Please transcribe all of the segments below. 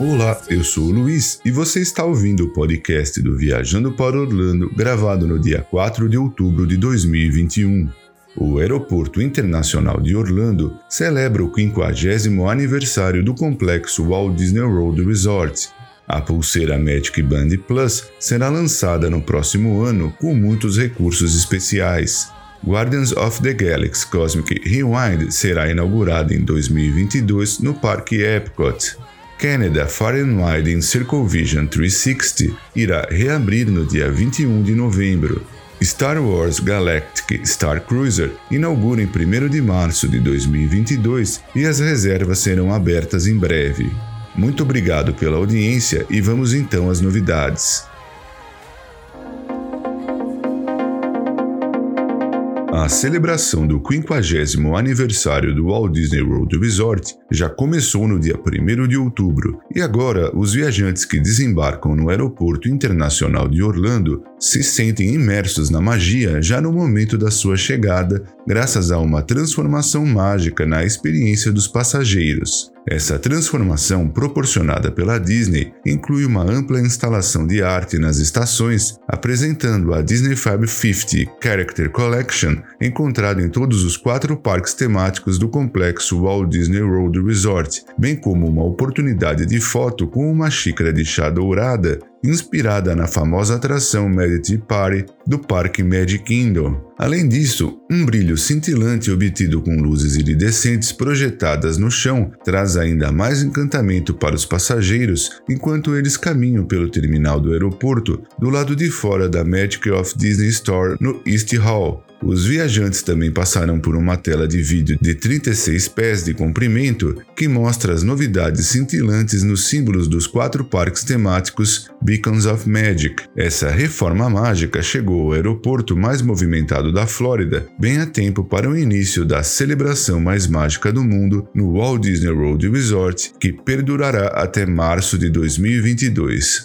Olá, eu sou o Luiz e você está ouvindo o podcast do Viajando para Orlando, gravado no dia 4 de outubro de 2021. O Aeroporto Internacional de Orlando celebra o 50º aniversário do complexo Walt Disney World Resort. A pulseira Magic Band Plus será lançada no próximo ano com muitos recursos especiais. Guardians of the Galaxy Cosmic Rewind será inaugurada em 2022 no Parque Epcot. Canada Far and Wide in Circle Vision 360 irá reabrir no dia 21 de novembro. Star Wars Galactic Star Cruiser inaugura em 1º de março de 2022 e as reservas serão abertas em breve. Muito obrigado pela audiência e vamos então às novidades. A celebração do 50º aniversário do Walt Disney World Resort já começou no dia 1º de outubro e agora os viajantes que desembarcam no Aeroporto Internacional de Orlando se sentem imersos na magia já no momento da sua chegada, graças a uma transformação mágica na experiência dos passageiros. Essa transformação, proporcionada pela Disney, inclui uma ampla instalação de arte nas estações, apresentando a Disney Fab 50 Character Collection, encontrada em todos os 4 parques temáticos do complexo Walt Disney World Resort, bem como uma oportunidade de foto com uma xícara de chá dourada, inspirada na famosa atração Mad Tea Party do Parque Magic Kingdom. Além disso, um brilho cintilante obtido com luzes iridescentes projetadas no chão traz ainda mais encantamento para os passageiros enquanto eles caminham pelo terminal do aeroporto do lado de fora da Magic of Disney Store no East Hall. Os viajantes também passarão por uma tela de vídeo de 36 pés de comprimento que mostra as novidades cintilantes nos símbolos dos 4 parques temáticos Beacons of Magic. Essa reforma mágica chegou ao aeroporto mais movimentado da Flórida, bem a tempo para o início da celebração mais mágica do mundo no Walt Disney World Resort, que perdurará até março de 2022.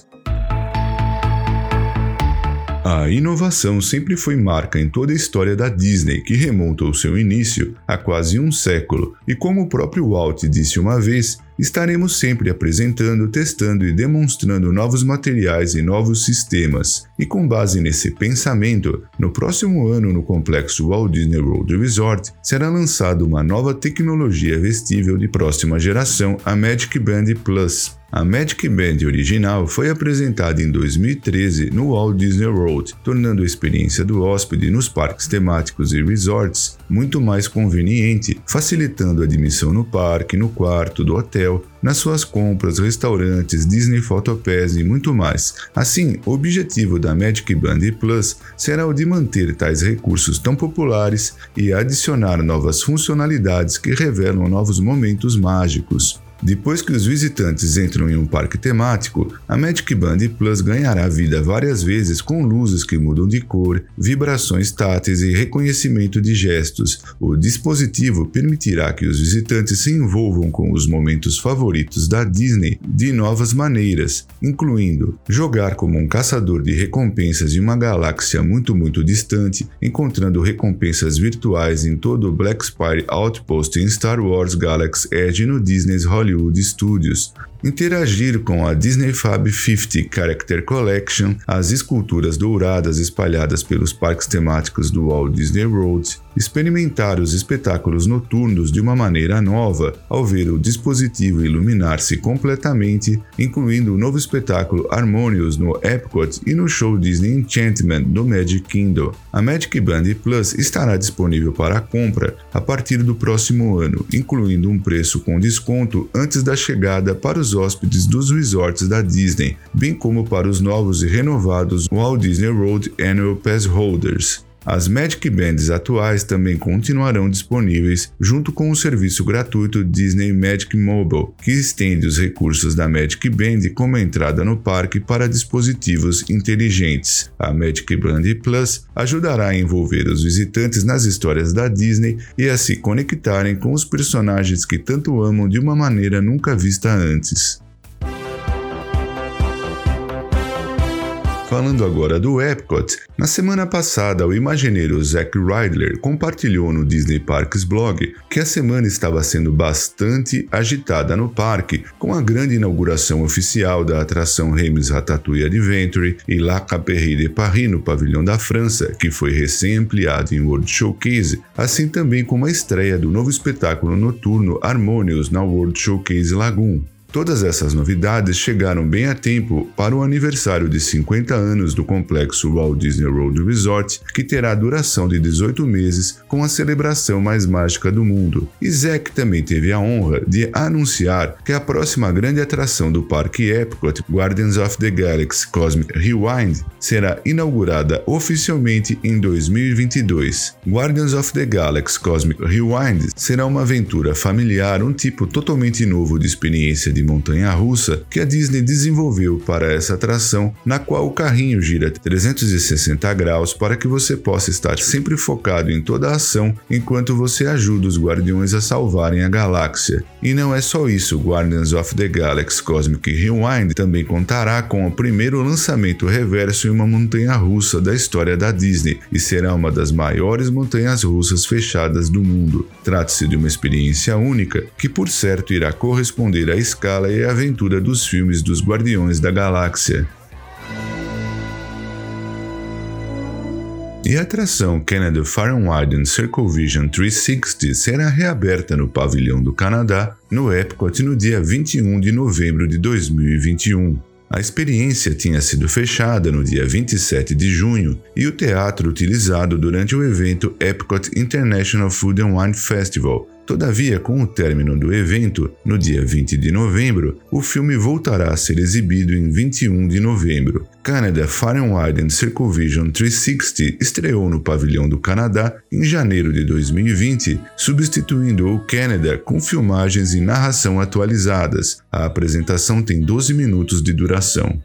A inovação sempre foi marca em toda a história da Disney, que remonta ao seu início há quase um século, e como o próprio Walt disse uma vez, estaremos sempre apresentando, testando e demonstrando novos materiais e novos sistemas. E com base nesse pensamento, no próximo ano no complexo Walt Disney World Resort será lançada uma nova tecnologia vestível de próxima geração, a Magic Band Plus. A Magic Band original foi apresentada em 2013 no Walt Disney World, tornando a experiência do hóspede nos parques temáticos e resorts muito mais conveniente, facilitando a admissão no parque, no quarto do hotel, nas suas compras, restaurantes, Disney Photopass e muito mais. Assim, o objetivo da Magic Band Plus será o de manter tais recursos tão populares e adicionar novas funcionalidades que revelam novos momentos mágicos. Depois que os visitantes entram em um parque temático, a Magic Band Plus ganhará vida várias vezes com luzes que mudam de cor, vibrações táteis e reconhecimento de gestos. O dispositivo permitirá que os visitantes se envolvam com os momentos favoritos da Disney de novas maneiras, incluindo jogar como um caçador de recompensas em uma galáxia muito distante, encontrando recompensas virtuais em todo o Black Spire Outpost em Star Wars Galaxy Edge no Disney's Hollywood Studios, interagir com a Disney Fab 50 Character Collection, as esculturas douradas espalhadas pelos parques temáticos do Walt Disney World, experimentar os espetáculos noturnos de uma maneira nova ao ver o dispositivo iluminar-se completamente, incluindo o novo espetáculo Harmonious no Epcot e no show Disney Enchantment do Magic Kingdom. A Magic Band Plus estará disponível para compra a partir do próximo ano, incluindo um preço com desconto antes da chegada para os hóspedes dos resorts da Disney, bem como para os novos e renovados Walt Disney World Annual Pass Holders. As Magic Bands atuais também continuarão disponíveis junto com o serviço gratuito Disney Magic Mobile, que estende os recursos da Magic Band como entrada no parque para dispositivos inteligentes. A Magic Band Plus ajudará a envolver os visitantes nas histórias da Disney e a se conectarem com os personagens que tanto amam de uma maneira nunca vista antes. Falando agora do Epcot, na semana passada o imagineiro Zack Ryder compartilhou no Disney Parks blog que a semana estava sendo bastante agitada no parque, com a grande inauguração oficial da atração Remy's Ratatouille Adventure e La Caperie de Paris no Pavilhão da França, que foi recém-ampliado em World Showcase, assim também como a estreia do novo espetáculo noturno Harmonious na World Showcase Lagoon. Todas essas novidades chegaram bem a tempo para o aniversário de 50 anos do complexo Walt Disney World Resort, que terá duração de 18 meses com a celebração mais mágica do mundo. E Zack também teve a honra de anunciar que a próxima grande atração do Parque Epcot, Guardians of the Galaxy Cosmic Rewind, será inaugurada oficialmente em 2022. Guardians of the Galaxy Cosmic Rewind será uma aventura familiar, um tipo totalmente novo de experiência de montanha-russa que a Disney desenvolveu para essa atração, na qual o carrinho gira 360 graus para que você possa estar sempre focado em toda a ação enquanto você ajuda os guardiões a salvarem a galáxia. E não é só isso, Guardians of the Galaxy Cosmic Rewind também contará com o primeiro lançamento reverso em uma montanha-russa da história da Disney e será uma das maiores montanhas-russas fechadas do mundo. Trata-se de uma experiência única que, por certo, irá corresponder à escala e a aventura dos filmes dos Guardiões da Galáxia. E a atração Canada Far and Wide Circle Vision 360 será reaberta no Pavilhão do Canadá, no Epcot, no dia 21 de novembro de 2021. A experiência tinha sido fechada no dia 27 de junho e o teatro utilizado durante o evento Epcot International Food and Wine Festival. Todavia, com o término do evento, no dia 20 de novembro, o filme voltará a ser exibido em 21 de novembro. Canada Far and Wide Circle Vision 360 estreou no Pavilhão do Canadá em janeiro de 2020, substituindo o Canada com filmagens e narração atualizadas. A apresentação tem 12 minutos de duração.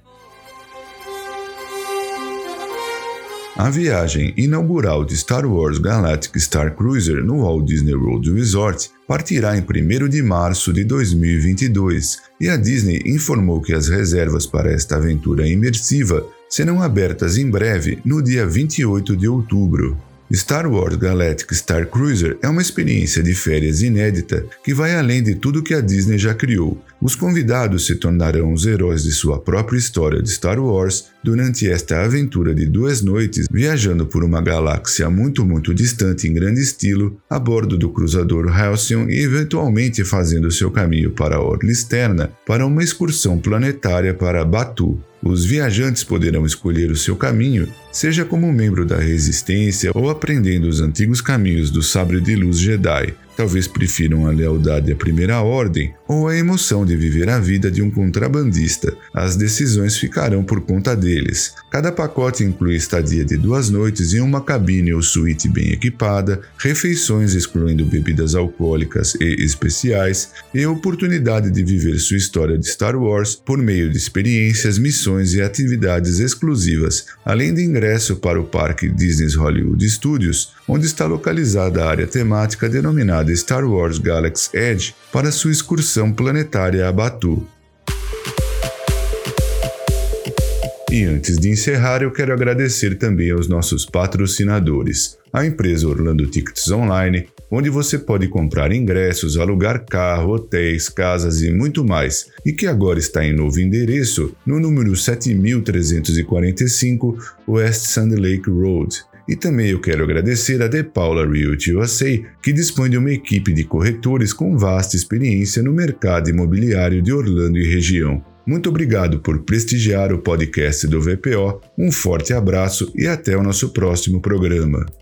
A viagem inaugural de Star Wars Galactic Star Cruiser no Walt Disney World Resort partirá em 1º de março de 2022 e a Disney informou que as reservas para esta aventura imersiva serão abertas em breve, no dia 28 de outubro. Star Wars Galactic Star Cruiser é uma experiência de férias inédita que vai além de tudo que a Disney já criou. Os convidados se tornarão os heróis de sua própria história de Star Wars durante esta aventura de 2 noites, viajando por uma galáxia muito distante em grande estilo, a bordo do cruzador Halcyon e eventualmente fazendo seu caminho para a orla externa para uma excursão planetária para Batuu. Os viajantes poderão escolher o seu caminho, seja como membro da Resistência ou aprendendo os antigos caminhos do Sabre de Luz Jedi. Talvez prefiram a lealdade à Primeira Ordem ou a emoção de viver a vida de um contrabandista. As decisões ficarão por conta deles. Cada pacote inclui estadia de 2 noites em uma cabine ou suíte bem equipada, refeições excluindo bebidas alcoólicas e especiais, e a oportunidade de viver sua história de Star Wars por meio de experiências, missões e atividades exclusivas, além de ingresso para o Parque Disney's Hollywood Studios, onde está localizada a área temática denominada Star Wars Galaxy Edge para sua excursão planetária a Batuu. E antes de encerrar, eu quero agradecer também aos nossos patrocinadores, a empresa Orlando Tickets Online, onde você pode comprar ingressos, alugar carro, hotéis, casas e muito mais, e que agora está em novo endereço, no número 7345 West Sand Lake Road. E também eu quero agradecer a The Paula Realty USA, que dispõe de uma equipe de corretores com vasta experiência no mercado imobiliário de Orlando e região. Muito obrigado por prestigiar o podcast do VPO, um forte abraço e até o nosso próximo programa.